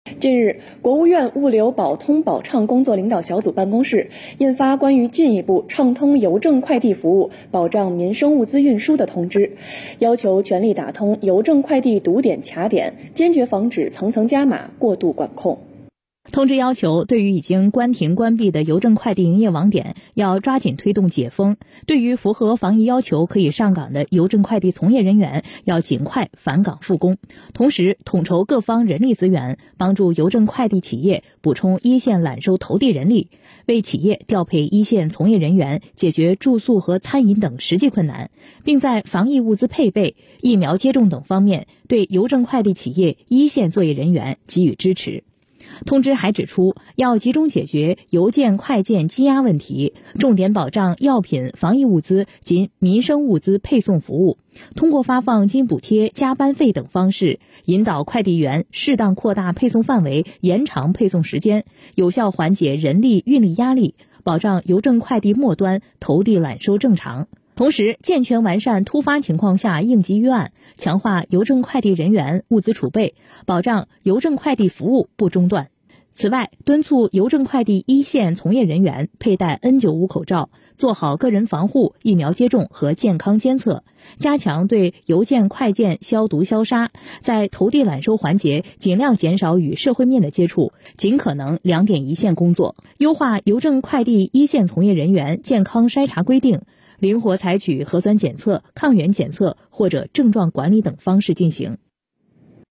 近日，国务院物流保通保畅工作领导小组办公室印发关于进一步畅通邮政快递服务、保障民生物资运输的通知，要求全力打通邮政快递堵点卡点，坚决防止层层加码、过度管控。 通知要求，对于已经关停关闭的邮政快递营业网点，要抓紧推动解封；对于符合防疫要求可以上岗的邮政快递从业人员，要尽快返岗复工。同时，统筹各方人力资源，帮助邮政快递企业补充一线揽收投递人力，为企业调配一线从业人员，解决住宿和餐饮等实际困难，并在防疫物资配备、疫苗接种等方面对邮政快递企业一线作业人员给予支持。通知还指出，要集中解决邮件快件积压问题，重点保障药品、防疫物资及民生物资配送服务，通过发放津补贴、加班费等方式，引导快递员适当扩大配送范围，延长配送时间，有效缓解人力运力压力，保障邮政快递末端投递揽收正常。同时，健全完善突发情况下应急预案，强化邮政快递人员物资储备，保障邮政快递服务不中断。此外，敦促邮政快递一线从业人员佩戴 N95 口罩，做好个人防护、疫苗接种和健康监测，加强对邮件快件消毒消杀，在投递揽收环节尽量减少与社会面的接触，尽可能2点一线工作，优化邮政快递一线从业人员健康筛查规定，灵活采取核酸检测、抗原检测或者症状管理等方式进行。